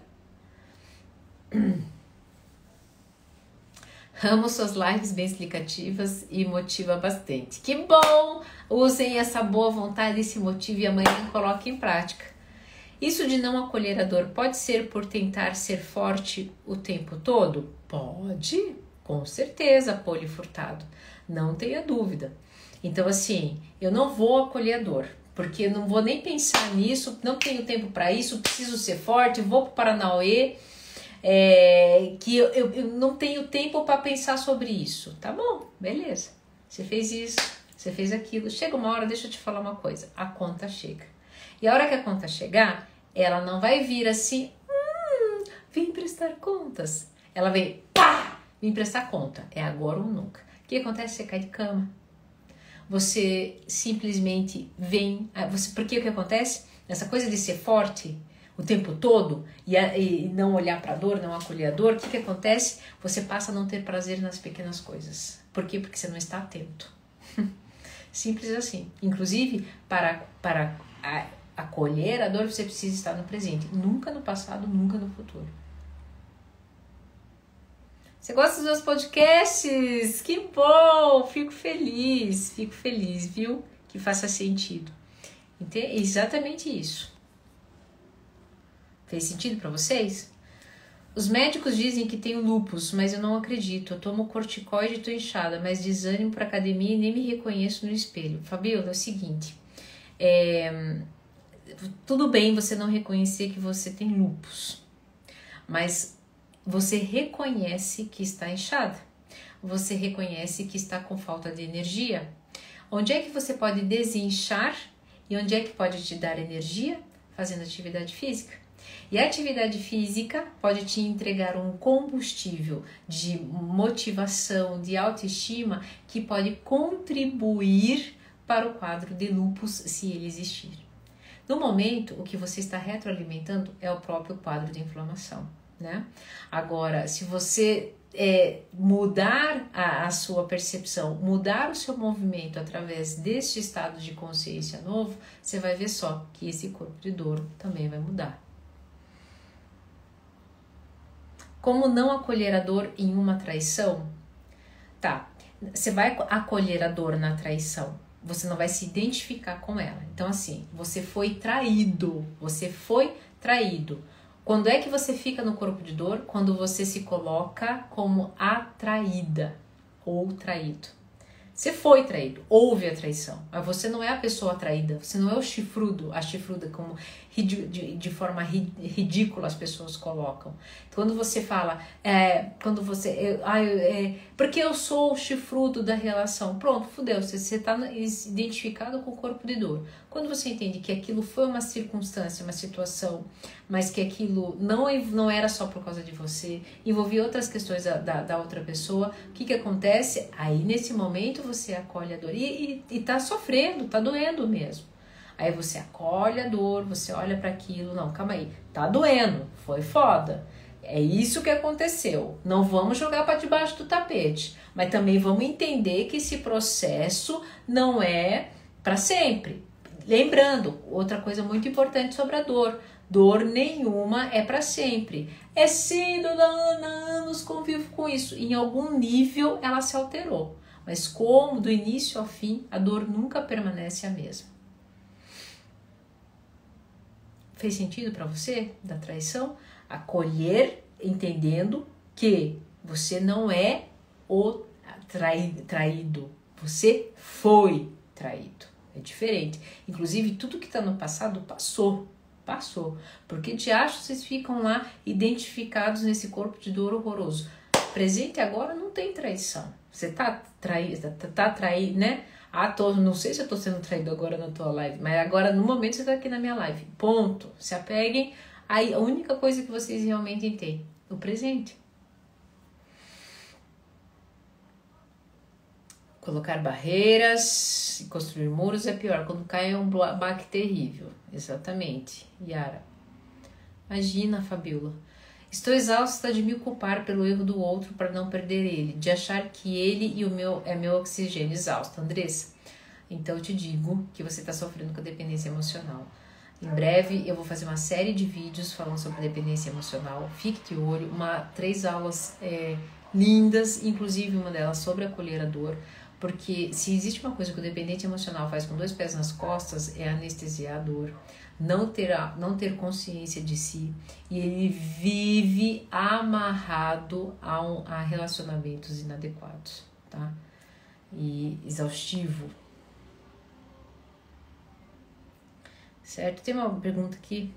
Amo suas lives bem explicativas e motiva bastante. Que bom! Usem essa boa vontade, esse motivo e amanhã coloquem em prática. Isso de não acolher a dor pode ser por tentar ser forte o tempo todo? Pode, com certeza, Poli Furtado. Não tenha dúvida. Então, assim, eu não vou acolher a dor, porque eu não vou nem pensar nisso, não tenho tempo para isso, preciso ser forte, vou para o Paranauê, que eu não tenho tempo para pensar sobre isso. Tá bom, beleza. Você fez isso, você fez aquilo. Chega uma hora, deixa eu te falar uma coisa, a conta chega. E a hora que a conta chegar, ela não vai vir assim, vim prestar contas. Ela vem, pá, vim prestar conta. É agora ou nunca. O que acontece? Você cai de cama. Você simplesmente vem... Porque o que acontece? Essa coisa de ser forte o tempo todo e não olhar para a dor, não acolher a dor, o que acontece? Você passa a não ter prazer nas pequenas coisas. Por quê? Porque você não está atento. Simples assim. Inclusive, para acolher a dor, você precisa estar no presente. Nunca no passado, nunca no futuro. Você gosta dos meus podcasts? Que bom! Fico feliz, viu? Que faça sentido. É exatamente isso. Fez sentido para vocês? Os médicos dizem que tenho lúpus, mas eu não acredito. Eu tomo corticoide e tô inchada, mas desânimo para academia e nem me reconheço no espelho. Fabiola, é o seguinte, tudo bem você não reconhecer que você tem lúpus, mas você reconhece que está inchada, você reconhece que está com falta de energia, Onde é que você pode desinchar e onde é que pode te dar energia? Fazendo atividade física. E a atividade física pode te entregar um combustível de motivação, de autoestima, que pode contribuir para o quadro de lúpus, se ele existir. No momento, o que você está retroalimentando é o próprio quadro de inflamação, né? Agora, se você mudar a sua percepção, mudar o seu movimento através deste estado de consciência novo, você vai ver só que esse corpo de dor também vai mudar. Como não acolher a dor em uma traição? Tá, você vai acolher a dor na traição, você não vai se identificar com ela. Então assim, você foi traído. Quando é que você fica no corpo de dor? Quando você se coloca como atraída ou traído. Você foi traído, houve a traição, mas você não é a pessoa traída, você não é o chifrudo, a chifruda, como de forma ridícula as pessoas colocam. Quando você fala, porque eu sou o chifrudo da relação, pronto, fudeu, você está identificado com o corpo de dor. Quando você entende que aquilo foi uma circunstância, uma situação, mas que aquilo não era só por causa de você, envolvia outras questões da outra pessoa, o que acontece? Aí nesse momento você acolhe a dor e tá sofrendo, tá doendo mesmo. Aí você acolhe a dor, você olha para aquilo, não, calma aí, tá doendo, foi foda. É isso que aconteceu. Não vamos jogar para debaixo do tapete, mas também vamos entender que esse processo não é para sempre. Lembrando, outra coisa muito importante sobre a dor. Dor nenhuma é para sempre. É sim, dona Ana, anos convivo com isso. Em algum nível ela se alterou. Mas como do início ao fim, a dor nunca permanece a mesma. Fez sentido para você da traição? Acolher, entendendo que você não é o traído. Você foi traído. É diferente. Inclusive, tudo que está no passado passou. Porque de acho vocês ficam lá identificados nesse corpo de dor horroroso. Presente agora não tem traição. Você tá traído, né? Não sei se eu tô sendo traído agora na tua live, mas agora no momento você tá aqui na minha live. Ponto. Se apeguem. Aí a única coisa que vocês realmente têm, o presente. Colocar barreiras e construir muros é pior. Quando cai é um baque terrível. Exatamente, Yara. Imagina, Fabiola. Estou exausta de me culpar pelo erro do outro para não perder ele, de achar que ele e o meu é meu oxigênio. Exausta, Andressa. Então eu te digo que você está sofrendo com a dependência emocional. Em breve eu vou fazer uma série de vídeos falando sobre dependência emocional. Fique de olho, 3 aulas lindas, inclusive uma delas sobre acolher a dor. Porque se existe uma coisa que o dependente emocional faz com 2 pés nas costas, é anestesiar a dor, não ter consciência de si, e ele vive amarrado a relacionamentos inadequados, tá? E exaustivo. Certo? Tem uma pergunta aqui.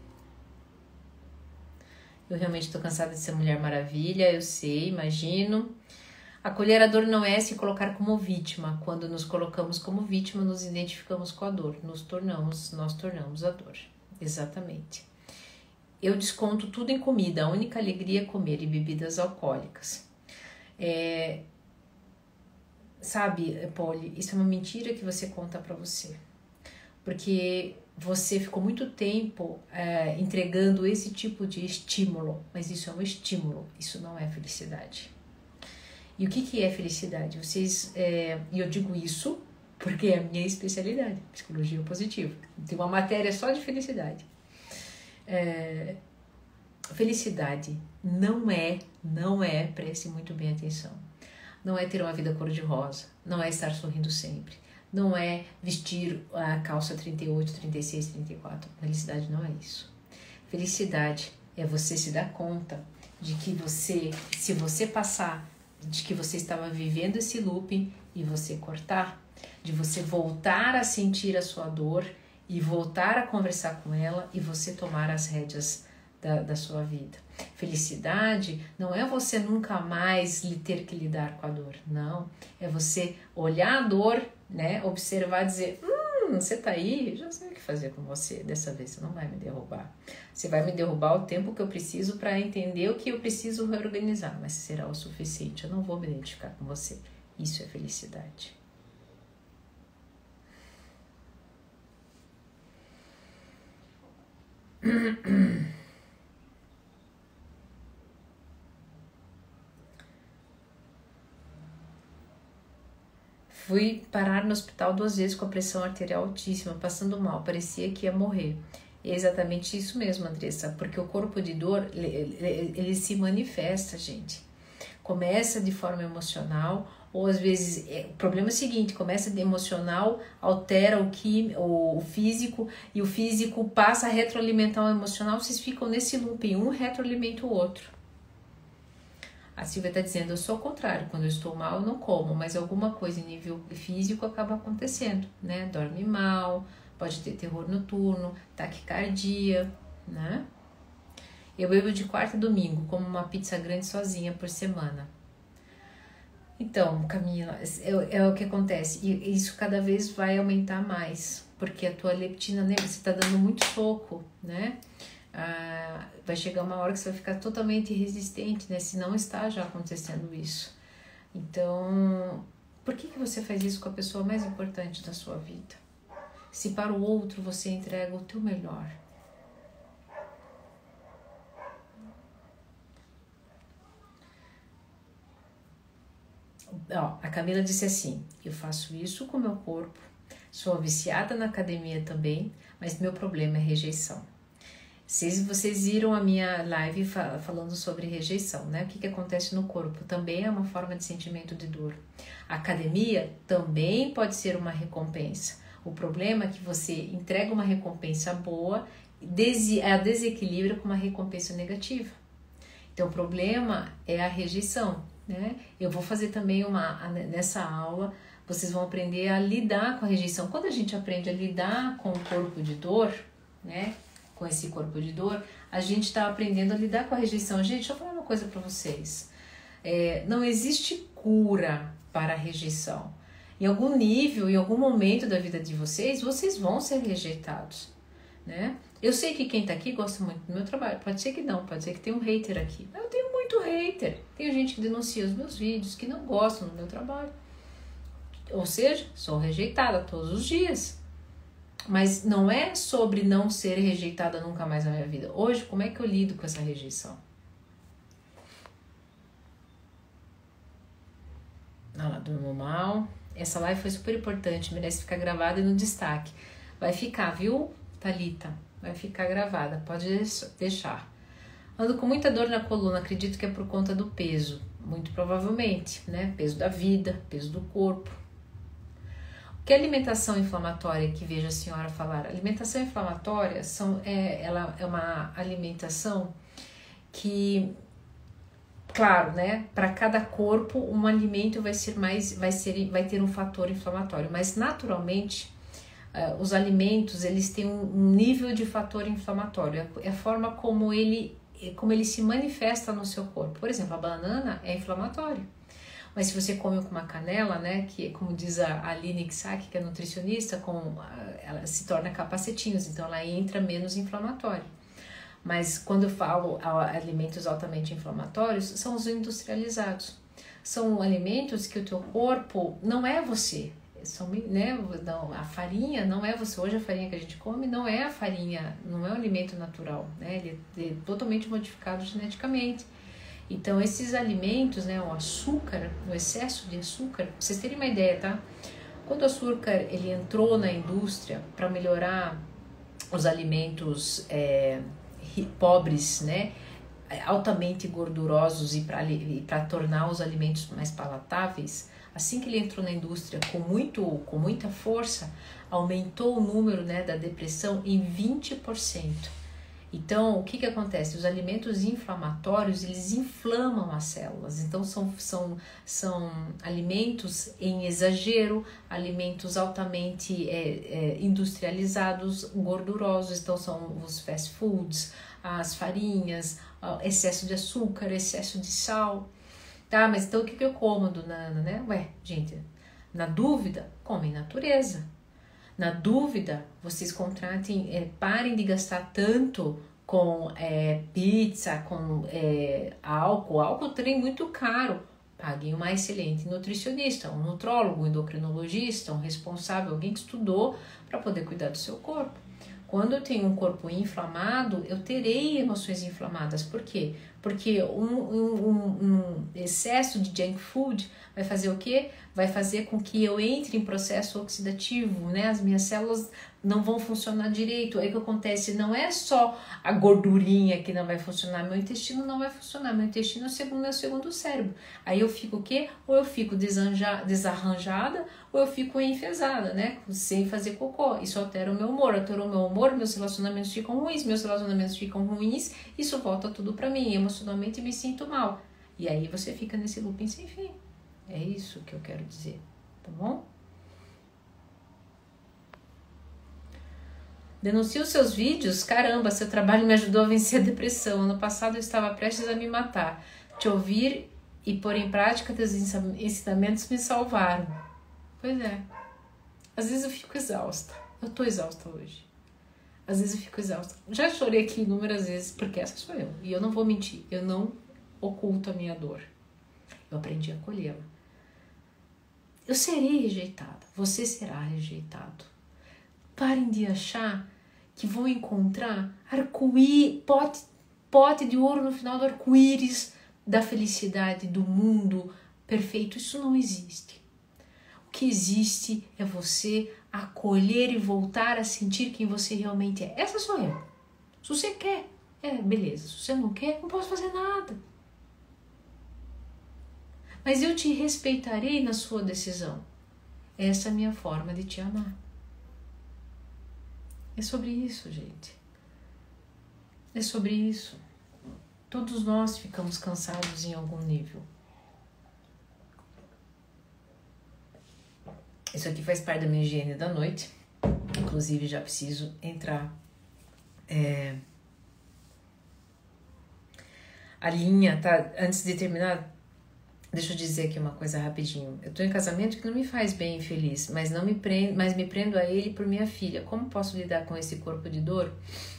Eu realmente estou cansada de ser Mulher Maravilha, eu sei, imagino. Acolher a dor não é se colocar como vítima. Quando nos colocamos como vítima, nos identificamos com a dor. Nós tornamos a dor. Exatamente. Eu desconto tudo em comida. A única alegria é comer e bebidas alcoólicas. Sabe, Polly, isso é uma mentira que você conta pra você. Porque você ficou muito tempo entregando esse tipo de estímulo. Mas isso é um estímulo. Isso não é felicidade. E o que é felicidade? E eu digo isso porque é a minha especialidade, psicologia positiva. Tem uma matéria só de felicidade. Felicidade não é, preste muito bem atenção, não é ter uma vida cor-de-rosa, não é estar sorrindo sempre, não é vestir a calça 38, 36, 34. Felicidade não é isso. Felicidade é você se dar conta de que se você passar de que você estava vivendo esse looping e você cortar, de você voltar a sentir a sua dor e voltar a conversar com ela e você tomar as rédeas da sua vida. Felicidade não é você nunca mais ter que lidar com a dor, não. É você olhar a dor né? Observar, dizer, você tá aí, já sei o que fazer com você. Dessa vez você não vai me derrubar. Você vai me derrubar o tempo que eu preciso para entender o que eu preciso reorganizar, mas será o suficiente. Eu não vou me identificar com você. Isso é felicidade. Fui parar no hospital 2 vezes com a pressão arterial altíssima, passando mal, parecia que ia morrer. E é exatamente isso mesmo, Andressa, porque o corpo de dor, ele se manifesta, gente. Começa de forma emocional, ou às vezes, o problema é o seguinte, começa de emocional, altera o físico, e o físico passa a retroalimentar o emocional, vocês ficam nesse looping, um retroalimenta o outro. A Silvia está dizendo, eu sou o contrário, quando eu estou mal eu não como, mas alguma coisa em nível físico acaba acontecendo, né? Dorme mal, pode ter terror noturno, taquicardia, né? Eu bebo de quarta a domingo, como uma pizza grande sozinha por semana. Então, Camila, é o que acontece, e isso cada vez vai aumentar mais, porque a tua leptina, né, você está dando muito soco, né? Vai chegar uma hora que você vai ficar totalmente resistente, né? Se não está já acontecendo isso. Então, por que você faz isso com a pessoa mais importante da sua vida? Se para o outro você entrega o teu melhor. Ó, a Camila disse assim, eu faço isso com o meu corpo, sou viciada na academia também, mas meu problema é rejeição. Vocês viram a minha live falando sobre rejeição, né? O que acontece no corpo também é uma forma de sentimento de dor. A academia também pode ser uma recompensa. O problema é que você entrega uma recompensa boa e a desequilibra com uma recompensa negativa. Então o problema é a rejeição, né? Eu vou fazer também nessa aula, vocês vão aprender a lidar com a rejeição. Quando a gente aprende a lidar com o corpo de dor, né? Com esse corpo de dor, a gente está aprendendo a lidar com a rejeição. Gente, deixa eu falar uma coisa para vocês. Não existe cura para a rejeição. Em algum nível, em algum momento da vida de vocês vão ser rejeitados, né? Eu sei que quem tá aqui gosta muito do meu trabalho. Pode ser que não, pode ser que tenha um hater aqui. Eu tenho muito hater. Tem gente que denuncia os meus vídeos, que não gostam do meu trabalho. Ou seja, sou rejeitada todos os dias. Mas não é sobre não ser rejeitada nunca mais na minha vida. Hoje, como é que eu lido com essa rejeição? Ela dormiu mal. Essa live foi super importante, merece ficar gravada e no destaque. Vai ficar, viu, Thalita? Vai ficar gravada, pode deixar. Ando com muita dor na coluna, acredito que é por conta do peso. Muito provavelmente, né? Peso da vida, peso do corpo. Que alimentação inflamatória que vejo a senhora falar? Alimentação inflamatória ela é uma alimentação que, claro, né? Para cada corpo um alimento vai ter um fator inflamatório, mas naturalmente os alimentos eles têm um nível de fator inflamatório. É a forma como ele se manifesta no seu corpo. Por exemplo, a banana é inflamatória. Mas se você come com uma canela, né, que como diz a Aline Ksak, que é nutricionista, ela se torna capacetinhos, então ela entra menos inflamatória. Mas quando eu falo alimentos altamente inflamatórios, são os industrializados. São alimentos que o teu corpo não é você. Né, a farinha não é você. Hoje a farinha que a gente come não é a farinha, não é um alimento natural, né, ele é totalmente modificado geneticamente. Então, esses alimentos, né, o açúcar, o excesso de açúcar, pra vocês terem uma ideia, tá? Quando o açúcar ele entrou na indústria para melhorar os alimentos pobres, né, altamente gordurosos e para tornar os alimentos mais palatáveis, assim que ele entrou na indústria com muita força, aumentou o número, né, da depressão em 20%. Então, o que acontece? Os alimentos inflamatórios, eles inflamam as células. Então, são alimentos em exagero, alimentos altamente industrializados, gordurosos. Então, são os fast foods, as farinhas, excesso de açúcar, excesso de sal. Tá, mas então o que eu como do Nana, né? Ué, gente, Na dúvida, comem natureza. Na dúvida, vocês parem de gastar tanto com pizza, com álcool. Álcool também muito caro. Paguem uma excelente nutricionista, um nutrólogo, um endocrinologista, um responsável, alguém que estudou para poder cuidar do seu corpo. Quando eu tenho um corpo inflamado, eu terei emoções inflamadas. Por quê? Porque um excesso de junk food vai fazer o quê? Vai fazer com que eu entre em processo oxidativo, né? As minhas células não vão funcionar direito. Aí o que acontece? Não é só a gordurinha que não vai funcionar, meu intestino não vai funcionar. Meu intestino é o segundo cérebro. Aí eu fico o quê? Ou eu fico desarranjada, ou eu fico enfesada, né? Sem fazer cocô. Isso altera o meu humor. Altera o meu humor, meus relacionamentos ficam ruins. Meus relacionamentos ficam ruins, isso volta tudo pra mim. Emocionalmente me sinto mal. E aí você fica nesse looping sem fim. É isso que eu quero dizer, tá bom? Denuncie os seus vídeos. Caramba, seu trabalho me ajudou a vencer a depressão. Ano passado eu estava prestes a me matar. Te ouvir e pôr em prática teus ensinamentos me salvaram. Pois é. Às vezes eu fico exausta. Eu tô exausta hoje. Às vezes eu fico exausta. Já chorei aqui inúmeras vezes, porque essa sou eu. E eu não vou mentir. Eu não oculto a minha dor. Eu aprendi a acolhê-la. Eu serei rejeitada. Você será rejeitado. Parem de achar que vão encontrar pote de ouro no final do arco-íris da felicidade, do mundo perfeito. Isso não existe. O que existe é você acolher e voltar a sentir quem você realmente é. Essa sou eu. Se você quer, beleza. Se você não quer, não posso fazer nada. Mas eu te respeitarei na sua decisão. Essa é a minha forma de te amar. É sobre isso, gente. É sobre isso. Todos nós ficamos cansados em algum nível. Isso aqui faz parte da minha higiene da noite. Inclusive, já preciso entrar. A linha, tá? Antes de terminar, deixa eu dizer aqui uma coisa rapidinho. Eu tô em casamento que não me faz bem e feliz, mas me prendo a ele por minha filha. Como posso lidar com esse corpo de dor?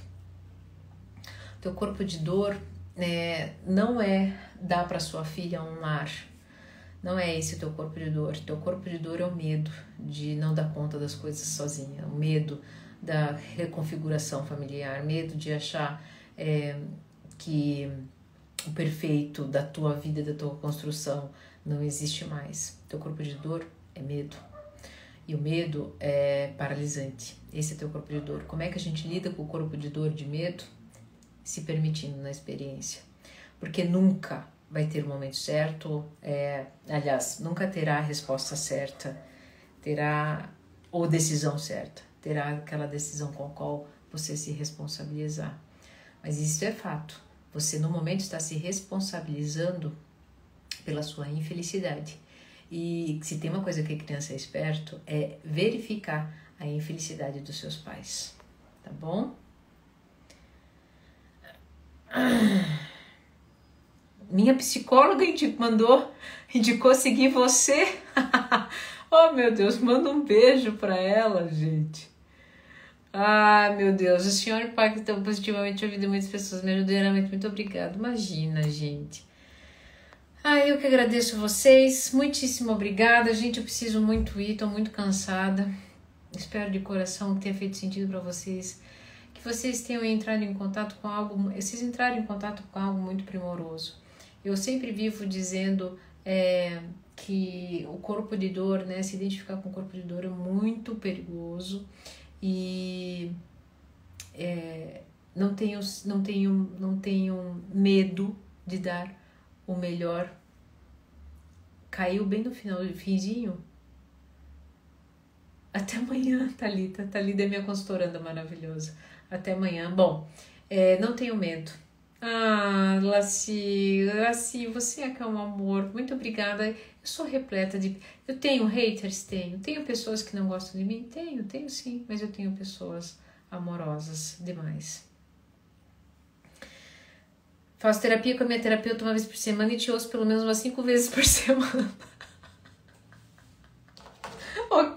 Teu corpo de dor não dar para sua filha um lar. Não é esse o teu corpo de dor. Teu corpo de dor é o medo de não dar conta das coisas sozinha, o medo da reconfiguração familiar, medo de achar que o perfeito da tua vida, da tua construção não existe mais. Teu corpo de dor é medo. E o medo é paralisante. Esse é teu corpo de dor. Como é que a gente lida com o corpo de dor, de medo? Se permitindo na experiência. Porque nunca vai ter o momento certo, aliás, nunca terá a resposta certa, ou decisão certa, terá aquela decisão com a qual você se responsabilizar. Mas isso é fato, você no momento está se responsabilizando pela sua infelicidade. E se tem uma coisa que a criança é esperto, é verificar a infelicidade dos seus pais, tá bom? Minha psicóloga indicou seguir você. Oh, meu Deus, manda um beijo pra ela, gente. Ah, meu Deus, o senhor impacta positivamente a vida de muitas pessoas. Me ajudou realmente, muito obrigada. Imagina, gente. Eu que agradeço vocês. Muitíssimo obrigada, gente. Eu preciso muito ir, tô muito cansada. Espero de coração que tenha feito sentido pra vocês. Que vocês tenham entrado em contato com algo, vocês entraram em contato com algo muito primoroso. Eu sempre vivo dizendo que o corpo de dor, né, se identificar com o corpo de dor é muito perigoso e não tenho medo de dar o melhor. Caiu bem no finzinho. Até amanhã, Thalita. Thalita é minha consultoranda maravilhosa. Até amanhã. Bom, não tenho medo. Laci, você é que é um amor. Muito obrigada. Eu sou repleta de... Eu tenho haters? Tenho. Tenho pessoas que não gostam de mim? Tenho sim. Mas eu tenho pessoas amorosas demais. Faço terapia com a minha terapeuta uma vez por semana e te ouço pelo menos umas 5 vezes por semana.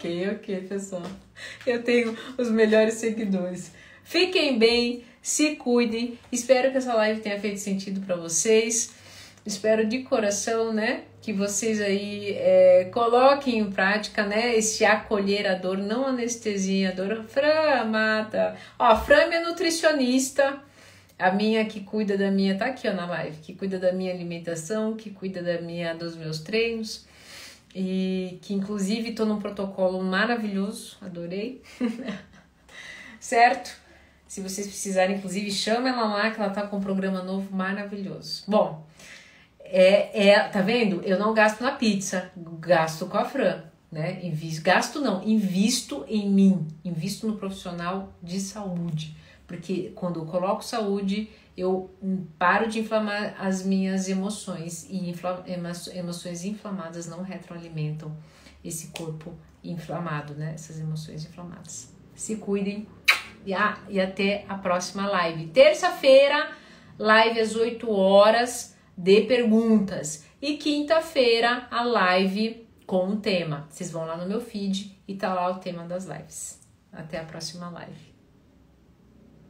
Ok, pessoal. Eu tenho os melhores seguidores. Fiquem bem, se cuidem. Espero que essa live tenha feito sentido para vocês. Espero de coração, né, que vocês aí coloquem em prática, né, esse acolher a dor, não anestesia a dor. Fran, mata. Ó, Fran é minha nutricionista. A minha que cuida da minha, tá aqui ó, na live, que cuida da minha alimentação, que cuida dos meus treinos e que inclusive tô num protocolo maravilhoso, adorei, certo? Se vocês precisarem, inclusive, chama ela lá que ela tá com um programa novo maravilhoso. Bom, tá vendo? Eu não gasto na pizza, gasto com a Fran, né? Invisto em mim, invisto no profissional de saúde. Porque quando eu coloco saúde, eu paro de inflamar as minhas emoções. E emoções inflamadas não retroalimentam esse corpo inflamado, né? Essas emoções inflamadas. Se cuidem e até a próxima live. Terça-feira, live às 8 horas de perguntas. E quinta-feira, a live com um tema. Vocês vão lá no meu feed e tá lá o tema das lives. Até a próxima live.